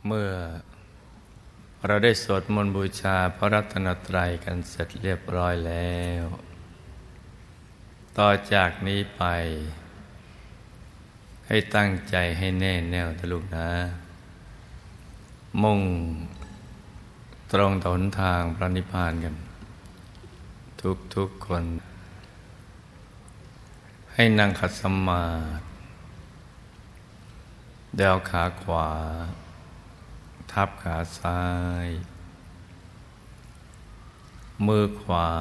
เมื่อเราได้สวดมนต์บูชาพระรัตนตรัยกันเสร็จเรียบร้อยแล้วต่อจากนี้ไปให้ตั้งใจให้แน่แน่วนะลูกนะมุ่งตรงต่อหนทางพระนิพพานกันทุกคนให้นั่งขัดสมาธิเดี่ยวขาขวาทับขาซ้ายมือขวา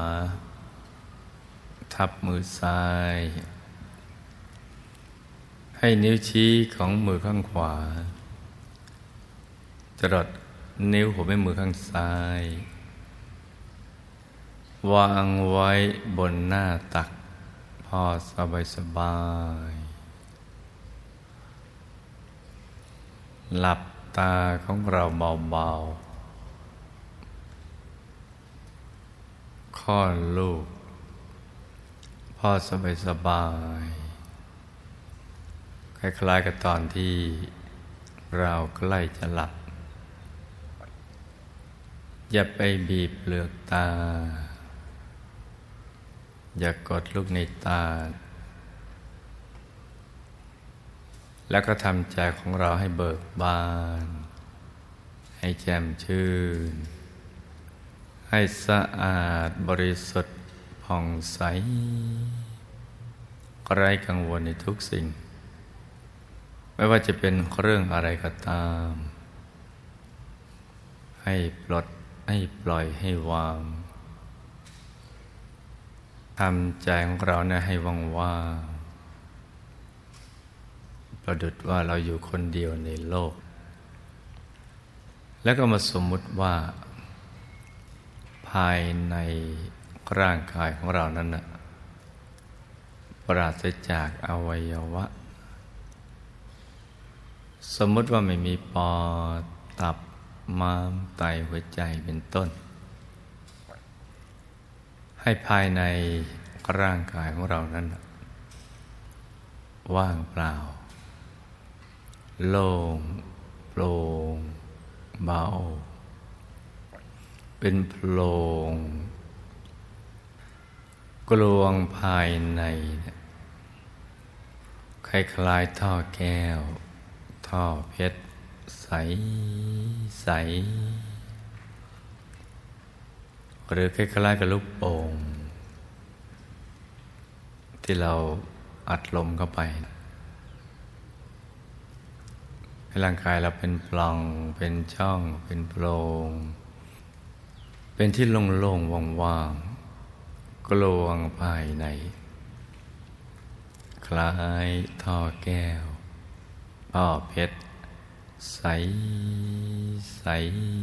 ทับมือซ้ายให้นิ้วชี้ของมือข้างขวาจรดนิ้วหัวแม่มือข้างซ้ายวางไว้บนหน้าตักพอสบายหลับตาของเราเบาๆคลอดลูกพอสบายคล้ายๆกับตอนที่เราใกล้จะหลับอย่าไปบีบเปลือกตาอย่ากดลูกในตาแล้วก็ทำใจของเราให้เบิกบานให้แจ่มชื่นให้สะอาดบริสุทธิ์ผ่องใสไร้กังวลในทุกสิ่งไม่ว่าจะเป็นเรื่องอะไรก็ตามให้ปลดให้ปล่อยให้วางทำใจของเราเนี่ยให้ว่างๆประดุจว่าเราอยู่คนเดียวในโลกแล้วก็มาสมมุติว่าภายในร่างกายของเรานั้นน่ะปราศจากอวัยวะสมมุติว่าไม่มีปอดตับม้ามไตหัวใจเป็นต้นให้ภายในร่างกายของเรานั้นว่างเปล่าโล่งโปร่งเบาเป็นโพรงกลวงภายในคล้ายๆท่อแก้วท่อเพชรใสใสหรือคล้ายๆกับลูกโป่งที่เราอัดลมเข้าไปให้ร่างกายเราเป็นปล่องเป็นช่องเป็นโพรงเป็นที่โล่งๆว่างๆกลวงภายในคล้ายท่อแก้วท่อเพชรใสใส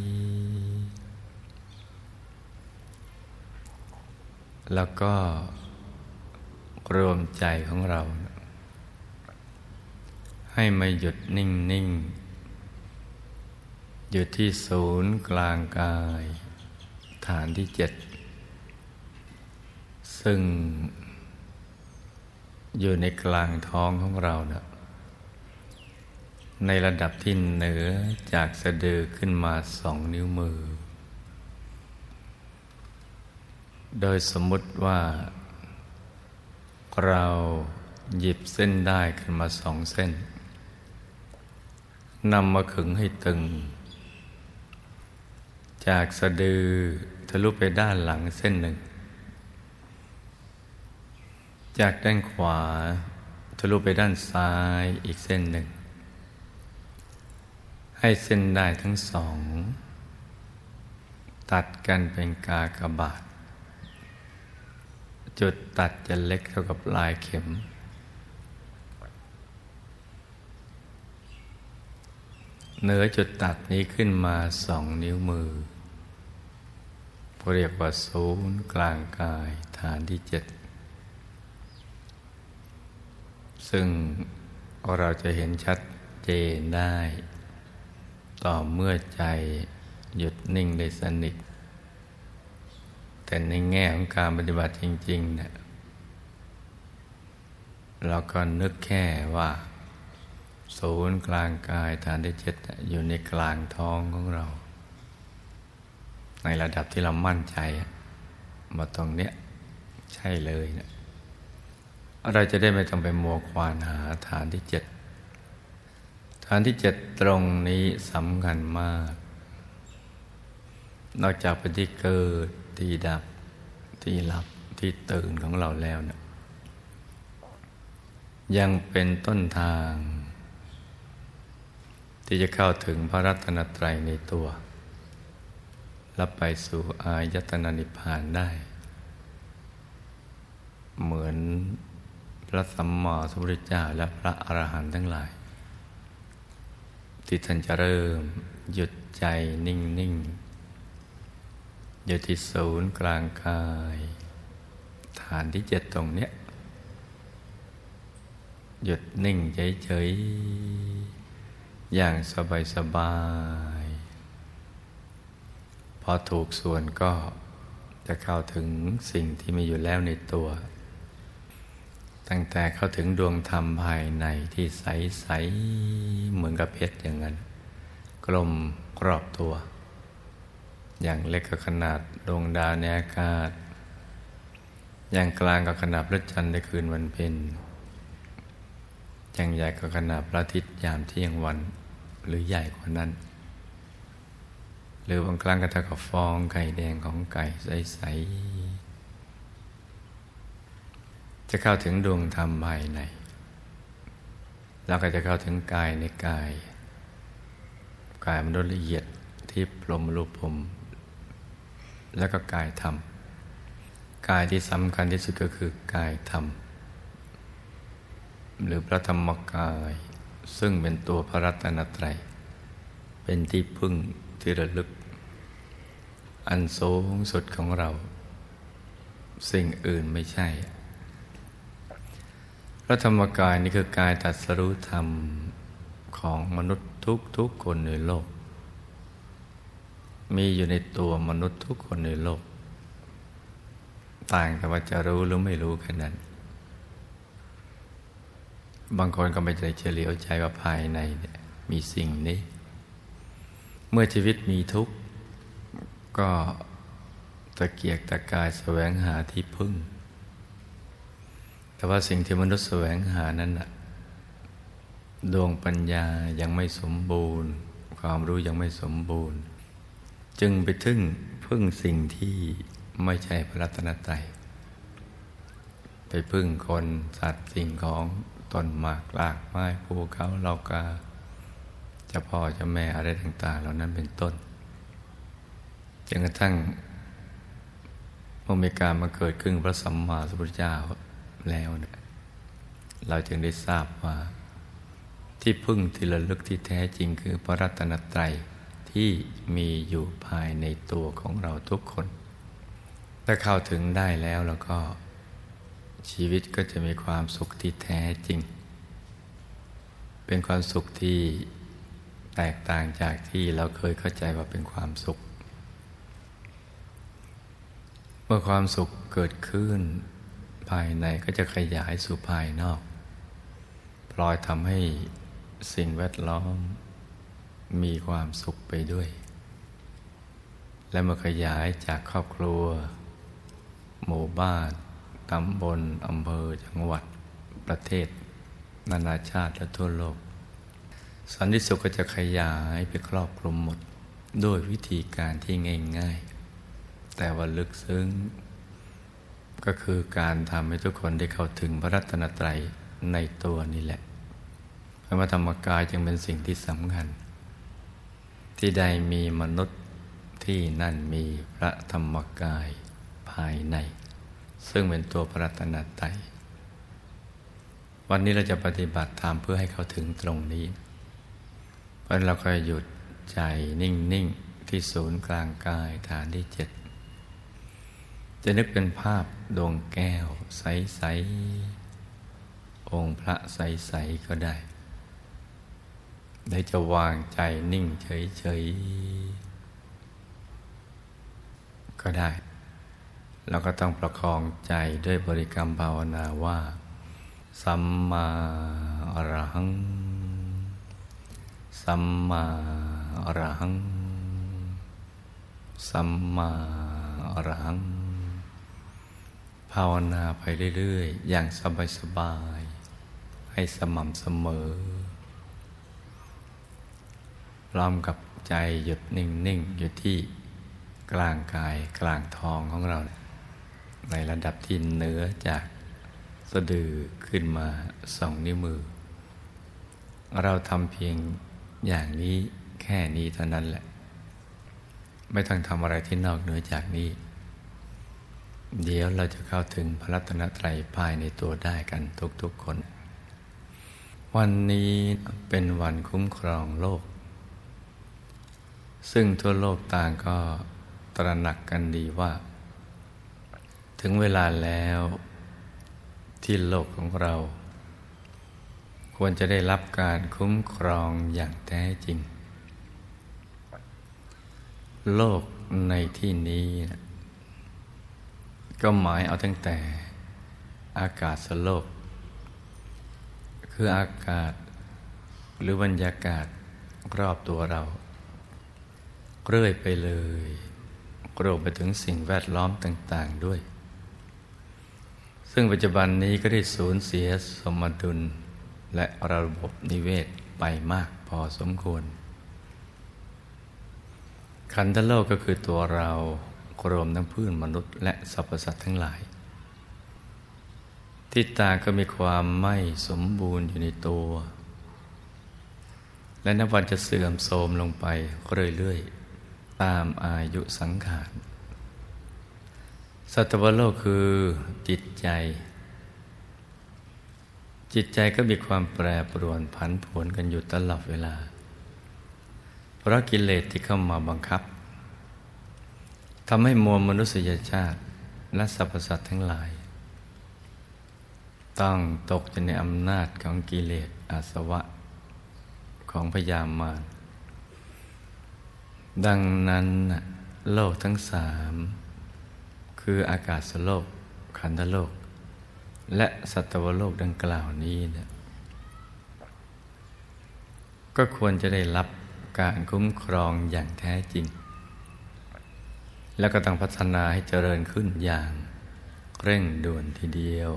แล้วก็รวมใจของเราให้มาหยุดนิ่งๆอยู่ที่ศูนย์กลางกายฐานที่7ซึ่งอยู่ในกลางท้องของเรานะในระดับที่เหนือจากสะดือขึ้นมา2 นิ้วมือโดยสมมุติว่าเราหยิบเส้นได้ขึ้นมา2 เส้นนำมาขึงให้ตึงจากสะดือทะลุไปด้านหลังเส้นหนึ่งจากด้านขวาทะลุไปด้านซ้ายอีกเส้นหนึ่งให้เส้นได้ทั้ง2ตัดกันเป็นกากบาทจุดตัดจะเล็กเท่ากับปลายเข็มเหนือจุดตัดนี้ขึ้นมา2 นิ้วมือเรียกว่าศูนย์กลางกายฐานที่7ซึ่งเราจะเห็นชัดเจนได้ต่อเมื่อใจหยุดนิ่งได้สนิทแต่ในแง่ของการปฏิบัติจริงๆเนี่ยเราก็นึกแค่ว่าศูนย์กลางกายฐานที่เจ็ดอยู่ในกลางท้องของเราในระดับที่เรามั่นใจมาตรงเนี้ยใช่เลยนะเราจะได้ไม่ต้องไปมัวควานหาฐานที่เจ็ดฐานที่เจ็ดตรงนี้สำคัญมากนอกจากเป็นที่เกิดที่ดับที่หลับที่ตื่นของเราแล้วนะยังเป็นต้นทางที่จะเข้าถึงพระรัตนตรัยในตัวและไปสู่อายตนะนิพพานได้เหมือนพระสัมมาสัมพุทธเจ้าและพระอรหันต์ทั้งหลายที่ท่านจะเริ่มหยุดใจนิ่งๆอยู่ที่ศูนย์กลางกายฐานที่เจ็ดตรงเนี้ยหยุดนิ่งเฉยๆอย่างสบายๆพอถูกส่วนก็จะเข้าถึงสิ่งที่มีอยู่แล้วในตัวตั้งแต่เข้าถึงดวงธรรมภายในที่ใสๆเหมือนกับเพชรอย่างนั้นกลมรอบตัวอย่างเล็กก็ขนาดดวงดาวในอากาศอย่างกลางก็ขนาดพระจันทร์ในคืนวันเพ็ญอย่างใหญ่ก็ขนาดพระอาทิตย์ยามเที่ยงวันหรือใหญ่กว่านั้นหรือบางครั้งก็เท่ากับฟองไข่แดงของไก่ใสๆจะเข้าถึงดวงธรรมภายในแล้วก็จะเข้าถึงกายในกายมนุษย์ละเอียดที่พรหมรูปพรหมแล้วก็กายธรรมกายที่สำคัญที่สุดก็คือกายธรรมหรือพระธรรมกายซึ่งเป็นตัวพระรัตนตรัยเป็นที่พึ่งที่ระลึกอันสูงสุดของเราสิ่งอื่นไม่ใช่พระธรรมกายนี่คือกายตรัสรู้ธรรมของมนุษย์ทุกคนในโลกมีอยู่ในตัวมนุษย์ทุกคนในโลกต่างแต่ว่าจะรู้หรือไม่รู้แค่นั้นบางคนก็ไม่ใจเฉลียวใจว่าภายในเนี่ยมีสิ่งนี้เมื่อชีวิตมีทุกข์ก็ตะเกียกตะกายแสวงหาที่พึ่งแต่ว่าสิ่งที่มนุษย์แสวงหานั้นน่ะดวงปัญญายังไม่สมบูรณ์ความรู้ยังไม่สมบูรณ์จึงไปพึ่งสิ่งที่ไม่ใช่พระรัตนตรัยไปพึ่งคนสัตว์สิ่งของต้นหมากรากไม้ภูเขาเหล่ากาเจ้าพ่อเจ้าแม่อะไรต่างๆเหล่านั้นเป็นต้นจนกระทั่งเมื่อมีการมาเกิดขึ้นพระสัมมาสัมพุทธเจ้าแล้วเนี่ยเราจึงได้ทราบว่าที่พึ่งที่ระลึกที่แท้จริงคือพระรัตนตรัยที่มีอยู่ภายในตัวของเราทุกคนถ้าเข้าถึงได้แล้วก็ชีวิตก็จะมีความสุขที่แท้จริงเป็นความสุขที่แตกต่างจากที่เราเคยเข้าใจว่าเป็นความสุขเมื่อความสุขเกิดขึ้นภายในก็จะขยายสู่ภายนอกพลอยทำให้สิ่งแวดล้อมมีความสุขไปด้วยและเมื่อขยายจากครอบครัวหมู่บ้านตำบลอำเภอจังหวัดประเทศนานาชาติและทั่วโลกสันติสุขก็จะขยายไปครอบคลุมหมดด้วยวิธีการที่ง่ายๆแต่ว่าลึกซึ้งก็คือการทำให้ทุกคนได้เข้าถึงพระรัตนตรัยในตัวนี่แหละพระธรรมกายจึงเป็นสิ่งที่สำคัญที่ใดมีมนุษย์ที่นั่นมีพระธรรมกายภายในซึ่งเป็นตัวพระรัตนตรัยวันนี้เราจะปฏิบัติธรรมเพื่อให้เขาถึงตรงนี้เพราะเราก็หยุดใจนิ่งๆที่ศูนย์กลางกายฐานที่เจ็ดจะนึกเป็นภาพดวงแก้วใสๆองค์พระใสๆก็ได้จะวางใจนิ่งเฉยๆก็ได้เราก็ต้องประคองใจด้วยบริกรรมภาวนาว่าสัมมาอรหังสัมมาอรหังสัมมาอรหังภาวนาไปเรื่อยๆอย่างสบายๆให้สม่ำเสมอพร้อมกับใจหยุดนิ่งๆอยู่ที่กลางกายกลางท้องของเราในระดับที่เหนือจากสะดือขึ้นมา2 นิ้วมือเราทำเพียงอย่างนี้แค่นี้เท่านั้นแหละไม่ต้องทำอะไรที่นอกเหนือจากนี้เดี๋ยวเราจะเข้าถึงพระรัตนตรัยภายในตัวได้กันทุกๆคนวันนี้เป็นวันคุ้มครองโลกซึ่งทั่วโลกต่างก็ตระหนักกันดีว่าถึงเวลาแล้วที่โลกของเราควรจะได้รับการคุ้มครองอย่างแท้จริงโลกในที่นี้ก็หมายเอาตั้งแต่อากาศโลกคืออากาศหรือบรรยากาศรอบตัวเราเรื่อยไปเลยรวมไปถึงสิ่งแวดล้อมต่างๆด้วยซึ่งปัจจุบันนี้ก็ได้สูญเสียสมดุลและระบบนิเวศไปมากพอสมควรขันธโลกก็คือตัวเรารวมทั้งพืชมนุษย์และสรรพสัตว์ทั้งหลายที่ต่างก็มีความไม่สมบูรณ์อยู่ในตัวและนับวันจะเสื่อมโทรมลงไปเรื่อยๆตามอายุสังขารสัตวโลกคือจิตใจก็มีความแปรปรวนผันผวนกันอยู่ตลอดเวลาเพราะกิเลสที่เข้ามาบังคับทำให้มวลมนุษยชาติและสรรพสัตว์ทั้งหลายต้องตกอยู่ในอำนาจของกิเลสอาสวะของพยามารดังนั้นโลกทั้ง3คืออากาศโลกขันธโลกและสัตวโลกดังกล่าวนี้ก็ควรจะได้รับการคุ้มครองอย่างแท้จริงแล้วก็ต้องพัฒนาให้เจริญขึ้นอย่างเร่งด่วนทีเดียว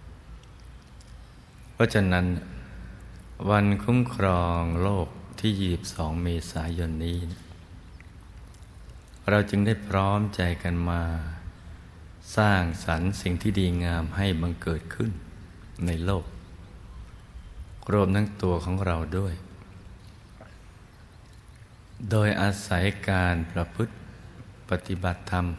เพราะฉะนั้นวันคุ้มครองโลกที่22 เมษายนนี้เราจึงได้พร้อมใจกันมาสร้างสรรค์สิ่งที่ดีงามให้บังเกิดขึ้นในโลกรวมทั้งตัวของเราด้วยโดยอาศัยการประพฤติปฏิบัติธรรม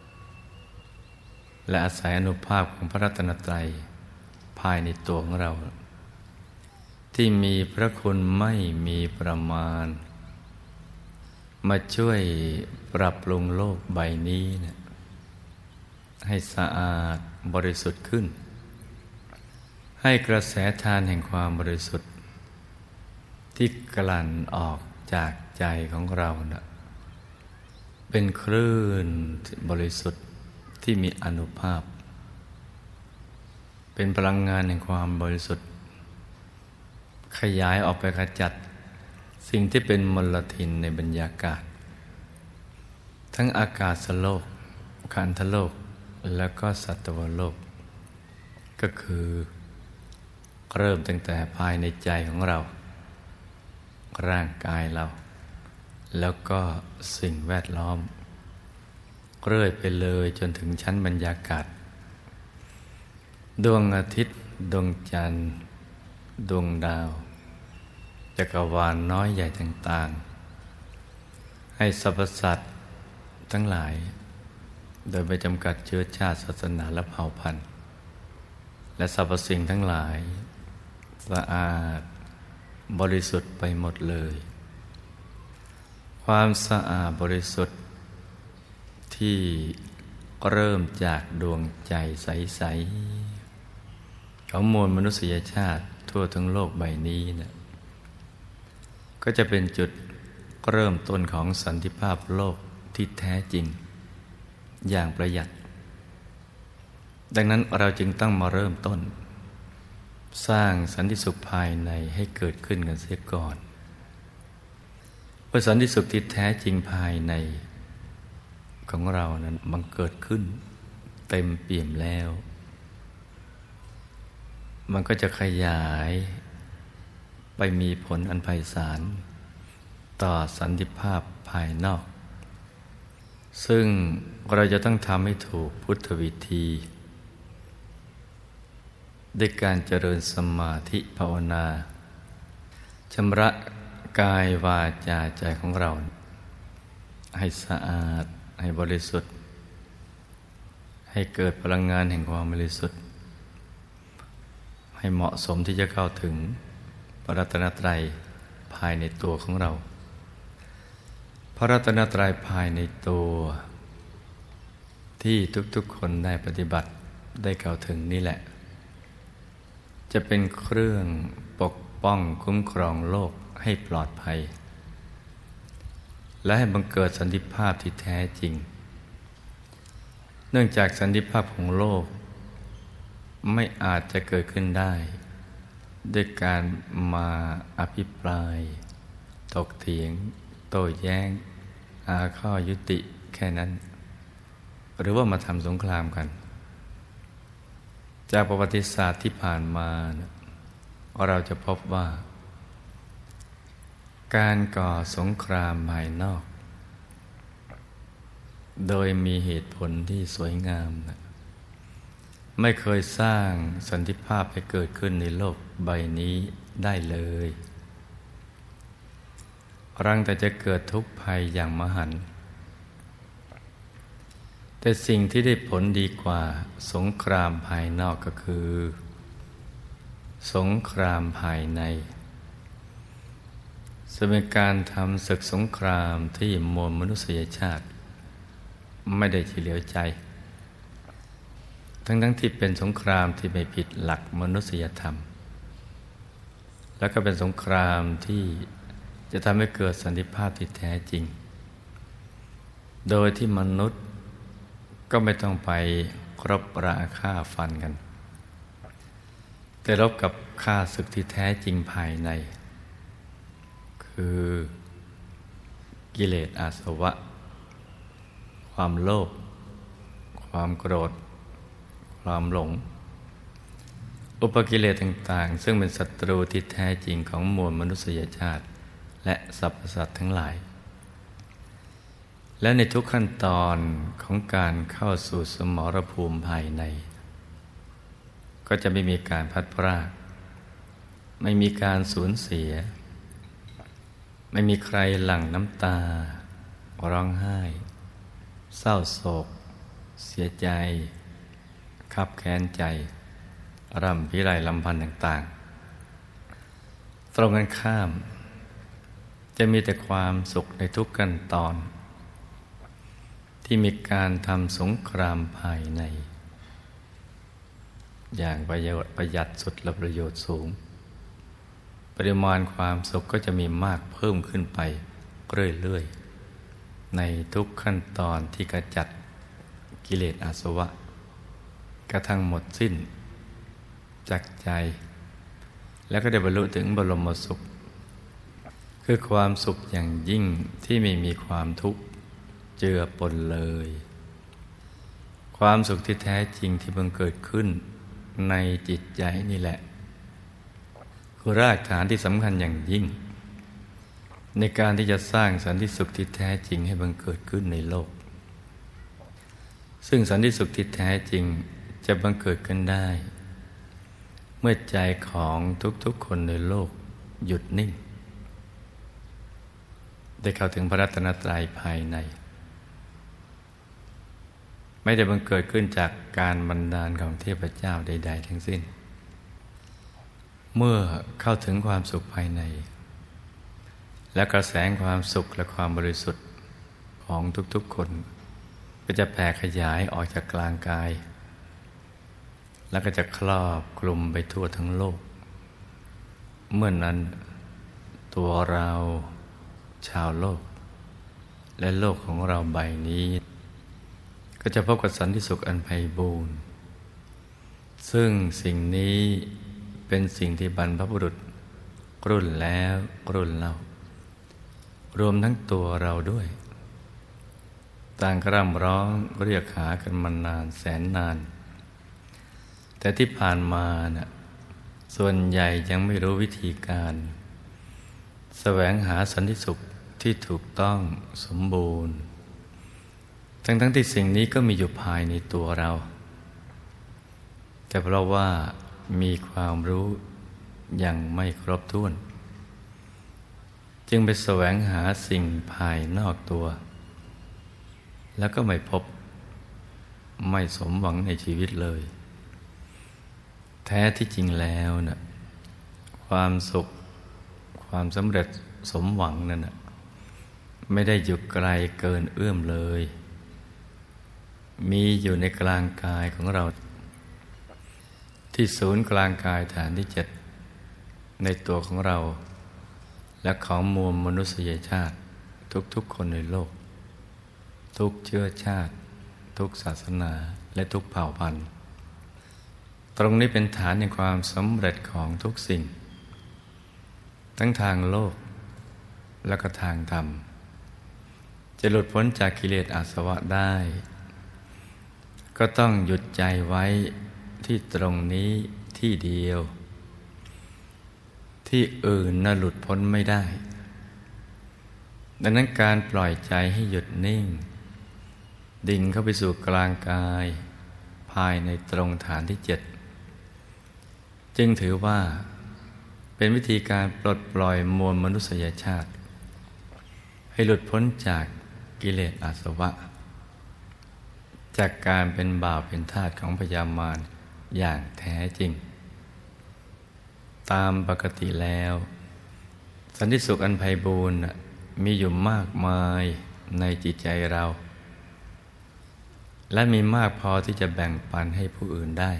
และอาศัยอานุภาพของพระรัตนตรัยภายในตัวของเราที่มีพระคุณไม่มีประมาณมาช่วยปรับปรุงโลกใบนี้ให้สะอาดบริสุทธิ์ขึ้นให้กระแสทานแห่งความบริสุทธิ์ที่กลั่นออกจากใจของเราเป็นคลื่นบริสุทธิ์ที่มีอานุภาพเป็นพลังงานแห่งความบริสุทธิ์ขยายออกไปขจัดสิ่งที่เป็นมลทินในบรรยากาศทั้งอากาศโลกขันธโลกแล้วก็สัตวโลกก็คือเริ่มตั้งแต่ภายในใจของเราร่างกายเราแล้วก็สิ่งแวดล้อมเรื่อยไปเลยจนถึงชั้นบรรยากาศดวงอาทิตย์ดวงจันทร์ดวงดาวจักรวาลน้อยใหญ่ต่างๆให้สรรพสัตว์ทั้งหลายโดยไม่จำกัดเชื้อชาติศาสนาและเผ่าพันธุ์และสรรพสิ่งทั้งหลายสะอาดบริสุทธิ์ไปหมดเลยความสะอาดบริสุทธิ์ที่เริ่มจากดวงใจใสๆของมวลมนุษยชาติทั่วทั้งโลกใบนี้ก็จะเป็นจุดเริ่มต้นของสันติภาพโลกที่แท้จริงอย่างประหยัดดังนั้นเราจึงต้องมาเริ่มต้นสร้างสันติสุขภายในให้เกิดขึ้นกันเสียก่อนว่าสันติสุขที่แท้จริงภายในของเรานั้นบังเกิดขึ้นเต็มเปี่ยมแล้วมันก็จะขยายไปมีผลอันไพศาลต่อสันติภาพภายนอกซึ่งเราจะต้องทำให้ถูกพุทธวิธีด้วยการเจริญสมาธิภาวนาชำระกายวาจาใจของเราให้สะอาดให้บริสุทธิ์ให้เกิดพลังงานแห่งความบริสุทธิ์ให้เหมาะสมที่จะเข้าถึงพระรัตนตรัยภายในตัวของเราพระรัตนตรัยภายในตัวที่ทุกๆคนได้ปฏิบัติได้เข้าถึงนี่แหละจะเป็นเครื่องปกป้องคุ้มครองโลกให้ปลอดภัยและให้บังเกิดสันติภาพที่แท้จริงเนื่องจากสันติภาพของโลกไม่อาจจะเกิดขึ้นได้ด้วยการมาอภิปรายถกเถียงโต้แย้งหาข้อยุติแค่นั้นหรือว่ามาทำสงครามกันจากประวัติศาสตร์ที่ผ่านมาเราจะพบว่าการก่อสงครามภายนอกโดยมีเหตุผลที่สวยงามไม่เคยสร้างสันติภาพให้เกิดขึ้นในโลกใบนี้ได้เลยรังแต่จะเกิดทุกข์ภัยอย่างมหันต์แต่สิ่งที่ได้ผลดีกว่าสงครามภายนอกก็คือสงครามภายในจะเป็นการทำศึกสงครามที่มวลมนุษยชาติไม่ได้เฉลียวใจทั้งที่เป็นสงครามที่ไม่ผิดหลักมนุษยธรรมแล้วก็เป็นสงครามที่จะทำให้เกิดสันติภาพที่แท้จริงโดยที่มนุษย์ก็ไม่ต้องไปรบราฆ่าฟันกันแต่รบกับข้าศึกที่แท้จริงภายในคือกิเลสอาสวะความโลภความโกรธความหลงอุปกิเลสต่างๆซึ่งเป็นศัตรูที่แท้จริงของมวลมนุษยชาติและสรรพสัตว์ทั้งหลายและในทุกขั้นตอนของการเข้าสู่สมรภูมิภายในก็จะไม่มีการพลัดพรากไม่มีการสูญเสียไม่มีใครหลั่งน้ำตาร้องไห้เศร้าโศกเสียใจคับแค้นใจร่ำพิไรลำพันธ์ต่างๆตรงกันข้ามจะมีแต่ความสุขในทุกขั้นตอนที่มีการทำสงครามภายในอย่างประหยัดสุดและประโยชน์สูงปริมาณความสุขก็จะมีมากเพิ่มขึ้นไปเรื่อยๆในทุกขั้นตอนที่กระจัดกิเลสอาสวะกระทั่งหมดสิ้นจากใจแล้วก็ได้บรรลุถึงบรมสุขคือความสุขอย่างยิ่งที่ไม่มีความทุกข์เจือปนเลยความสุขที่แท้จริงที่บังเกิดขึ้นในจิตใจนี่แหละคือรากฐานที่สำคัญอย่างยิ่งในการที่จะสร้างสันติสุขที่แท้จริงให้บังเกิดขึ้นในโลกซึ่งสันติสุขที่แท้จริงจะบังเกิดขึ้นได้เมื่อใจของทุกๆคนในโลกหยุดนิ่งได้เข้าถึงพระรัตนตรัยภายในไม่ได้บังเกิดขึ้นจากการบันดาลของเทพเจ้าใดๆทั้งสิ้นเมื่อเข้าถึงความสุขภายในและกระแสความสุขและความบริสุทธิ์ของทุกๆคนก็จะแผ่ขยายออกจากกลางกายแล้วก็จะครอบคลุมไปทั่วทั้งโลกเมื่อนนั้นตัวเราชาวโลกและโลกของเราใบนี้ก็จะพบกับสันติสุขอันไพบูรณ์ซึ่งสิ่งนี้เป็นสิ่งที่บรรพบุรุษรุ่นแล้วรุ่นเล่ารวมทั้งตัวเราด้วยต่างกร่ำร้องเรียกหากันมานานแสนนานแต่ที่ผ่านมาน่ะส่วนใหญ่ยังไม่รู้วิธีการแสวงหาสันติสุขที่ถูกต้องสมบูรณ์ทั้งที่สิ่งนี้ก็มีอยู่ภายในตัวเราแต่เพราะว่ามีความรู้ยังไม่ครบถ้วนจึงไปแสวงหาสิ่งภายนอกตัวแล้วก็ไม่พบไม่สมหวังในชีวิตเลยแท้ที่จริงแล้วน่ะความสุขความสำเร็จสมหวังนั่นน่ะไม่ได้อยู่ไกลเกินเอื้อมเลยมีอยู่ในกลางกายของเราที่ศูนย์กลางกายฐานที่7ในตัวของเราและของมวลมนุษยชาติทุกๆคนในโลกทุกเชื้อชาติทุกศาสนาและทุกเผ่าพันธุ์ตรงนี้เป็นฐานในความสำเร็จของทุกสิ่งทั้งทางโลกและก็ทางธรรมจะหลุดพ้นจากกิเลสอาสวะได้ก็ต้องหยุดใจไว้ที่ตรงนี้ที่เดียวที่อื่นน่ะหลุดพ้นไม่ได้ดังนั้นการปล่อยใจให้หยุดนิ่งดิ่งเข้าไปสู่กลางกายภายในตรงฐานที่7จึงถือว่าเป็นวิธีการปลดปล่อยมวลมนุษยชาติให้หลุดพ้นจากกิเลสอาสวะจากการเป็นบ่าวเป็นทาสของพยามารอย่างแท้จริงตามปกติแล้วสันติสุขอันไพบูลย์มีอยู่มากมายในจิตใจเราและมีมากพอที่จะแบ่งปันให้ผู้อื่นได้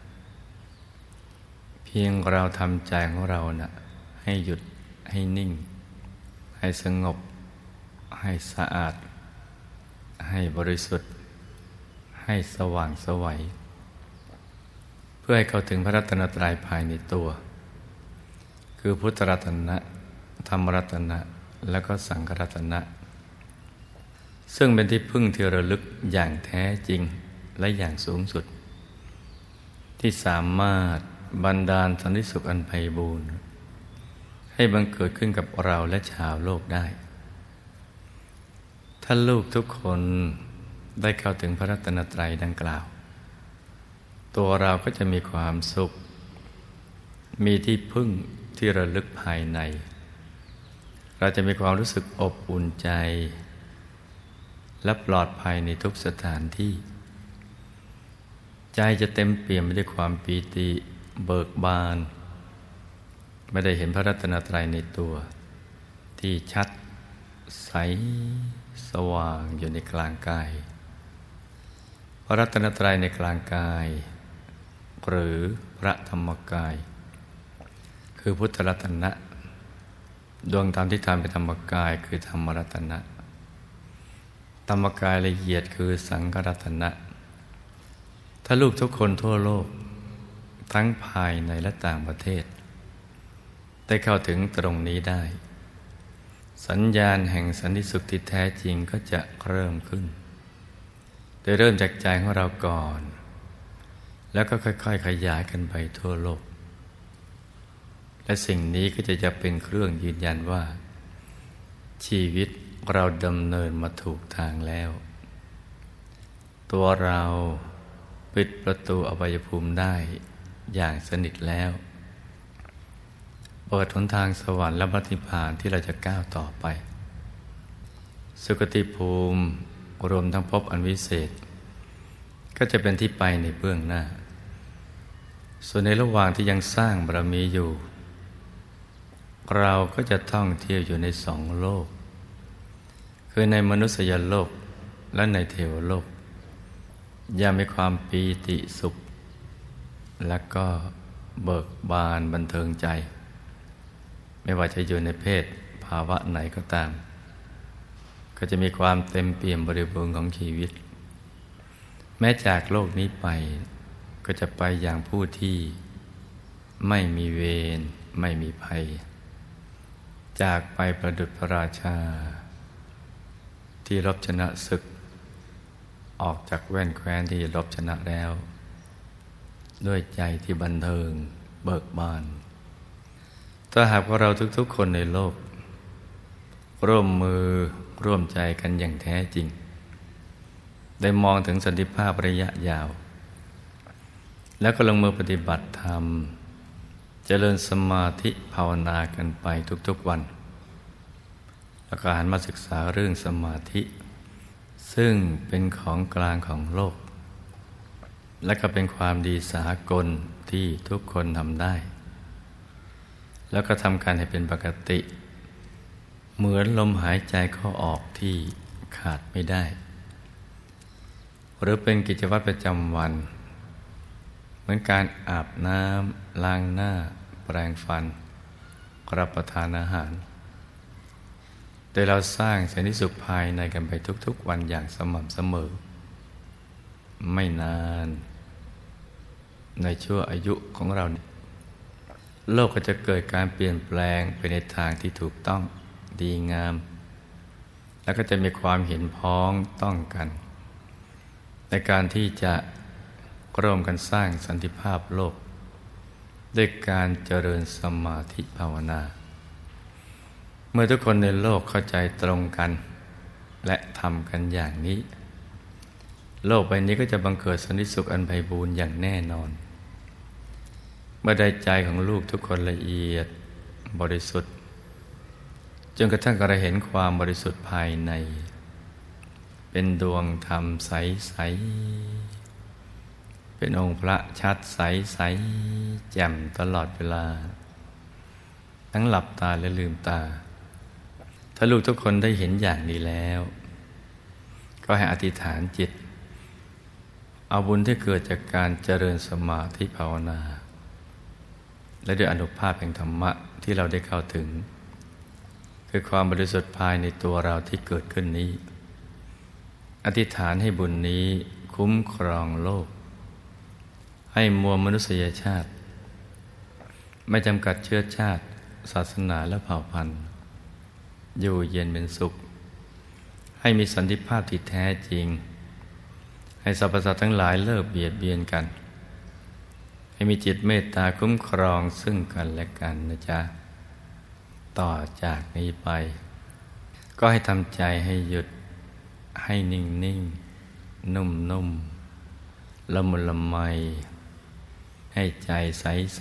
เพียงเราทำใจของเราให้หยุดให้นิ่งให้สงบให้สะอาดให้บริสุทธิ์ให้สว่างไสวเพื่อให้เข้าถึงพระรัตนตรัยภายในตัวคือพุทธรัตนะธรรมรัตนะและก็สังฆรัตนะซึ่งเป็นที่พึ่งที่ระลึกอย่างแท้จริงและอย่างสูงสุดที่สามารถบันดาลสันติสุขอันไพบูรณ์ให้บังเกิดขึ้นกับเราและชาวโลกได้ถ้าลูกทุกคนได้เข้าถึงพระรัตนตรัยดังกล่าวตัวเราก็จะมีความสุขมีที่พึ่งที่ระลึกภายในเราจะมีความรู้สึกอบอุ่นใจและปลอดภัยในทุกสถานที่ใจจะเต็มเปี่ยมไปด้วยความปีติเบิกบานไม่ได้เห็นพระรัตนตรัยในตัวที่ชัดใสสว่างอยู่ในกลางกายพระรัตนตรัยในกลางกายหรือพระธรรมกายคือพุทธรัตนะดวงธรรมที่ทำเป็นธรรมกายคือธรรมรัตนะธรรมกายละเอียดคือสังฆรัตนะถ้าลูกทุกคนทั่วโลกทั้งภายในและต่างประเทศได้เข้าถึงตรงนี้ได้สัญญาณแห่งสันติสุขที่แท้จริงก็จะเริ่มขึ้นโดยเริ่มจากใจของเราก่อนแล้วก็ค่อยๆขยายกันไปทั่วโลกและสิ่งนี้ก็จะเป็นเครื่องยืนยันว่าชีวิตเราดำเนินมาถูกทางแล้วตัวเราปิดประตูอบายภูมิได้อย่างสนิทแล้วเปิดหนทางสวรรค์และพระนิพพานที่เราจะก้าวต่อไปสุคติภูมิรวมทั้งภพอันวิเศษก็จะเป็นที่ไปในเบื้องหน้าส่วนในระหว่างที่ยังสร้างบารมีอยู่เราก็จะท่องเที่ยวอยู่ในสองโลกคือในมนุษยโลกและในเทวโลกอย่ามีความปีติสุขและก็เบิกบานบันเทิงใจไม่ว่าจะอยู่ในเพศภาวะไหนก็ตามก็จะมีความเต็มเปี่ยมบริบูรณ์ของชีวิตแม้จากโลกนี้ไปก็จะไปอย่างผู้ที่ไม่มีเวรไม่มีภัยจากไปประดุจพระราชาที่รบชนะศึกออกจากแว่นแคว้นที่รบชนะแล้วด้วยใจที่บันเทิงเบิกบานถ้าหากว่าเราทุกๆคนในโลกร่วมมือร่วมใจกันอย่างแท้จริงได้มองถึงสันติภาพระยะยาวแล้วก็ลงมือปฏิบัติธรรมเจริญสมาธิภาวนากันไปทุกๆวันแล้วก็หันมาศึกษาเรื่องสมาธิซึ่งเป็นของกลางของโลกและก็เป็นความดีสากลที่ทุกคนทำได้แล้วก็ทำการให้เป็นปกติเหมือนลมหายใจเข้าออกที่ขาดไม่ได้หรือเป็นกิจวัตรประจำวันเหมือนการอาบน้ำล้างหน้าแปรงฟันรับประทานอาหารโดยเราสร้างสันติสุขภายในกันไปทุกๆวันอย่างสม่ำเสมอไม่นานในชั่วอายุของเราโลกก็จะเกิดการเปลี่ยนแปลงไปในทางที่ถูกต้องดีงามแล้วก็จะมีความเห็นพ้องต้องกันในการที่จะร่วมกันสร้างสันติภาพโลกด้วยการเจริญสมาธิภาวนาเมื่อทุกคนในโลกเข้าใจตรงกันและทำกันอย่างนี้โลกใบนี้ก็จะบังเกิดสันติสุขอันไพบูรณ์อย่างแน่นอนเมื่อได้ใจของลูกทุกคนละเอียดบริสุทธิ์จนกระทั่งเราเห็นความบริสุทธิ์ภายในเป็นดวงธรรมใสๆเป็นองค์พระชัดใสๆแจ่มตลอดเวลาทั้งหลับตาและลืมตาถ้าลูกทุกคนได้เห็นอย่างนี้แล้วก็ให้อธิษฐานจิตเอาบุญที่เกิดจากการเจริญสมาธิภาวนาและด้วยอานุภาพแห่งธรรมะที่เราได้เข้าถึงคือความบริสุทธิ์ภายในตัวเราที่เกิดขึ้นนี้อธิษฐานให้บุญนี้คุ้มครองโลกให้มวลมนุษยชาติไม่จำกัดเชื้อชาติศาสนาและเผ่าพันธุ์อยู่เย็นเป็นสุขให้มีสันติภาพที่แท้จริงให้สรรพสัตว์ทั้งหลายเลิกเบียดเบียนกันให้มีจิตเมตตาคุ้มครองซึ่งกันและกันนะจ๊ะต่อจากนี้ไปก็ให้ทำใจให้หยุดให้นิ่งนิ่งนุ่มนุ่มละมุนละไมให้ใจใสใส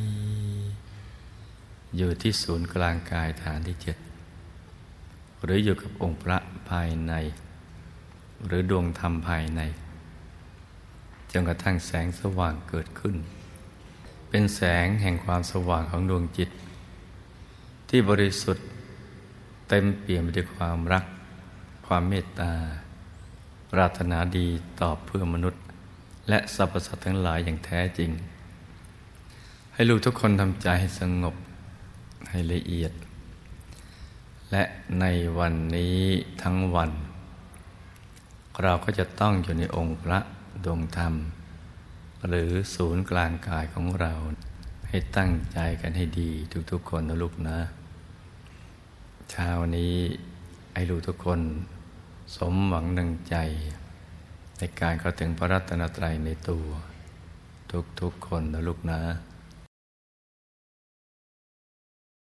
อยู่ที่ศูนย์กลางกายฐานที่7หรืออยู่กับองค์พระภายในหรือดวงธรรมภายในจนกระทั่งแสงสว่างเกิดขึ้นเป็นแสงแห่งความสว่างของดวงจิตที่บริสุทธิ์เต็มเปี่ยมไปด้วยความรักความเมตตาปรารถนาดีต่อเพื่อมนุษย์และสรรพสัตว์ทั้งหลายอย่างแท้จริงให้ลูกทุกคนทำใจให้สงบให้ละเอียดและในวันนี้ทั้งวันเราก็จะต้องอยู่ในองค์พระดวงธรรมหรือศูนย์กลางกายของเราให้ตั้งใจกันให้ดีทุกๆคนนะลูกนะเช้านี้ให้ลูกทุกคนสมหวังดังใจในการเข้าถึงพระรัตนตรัยในตัวทุกๆคนนะลูกนะ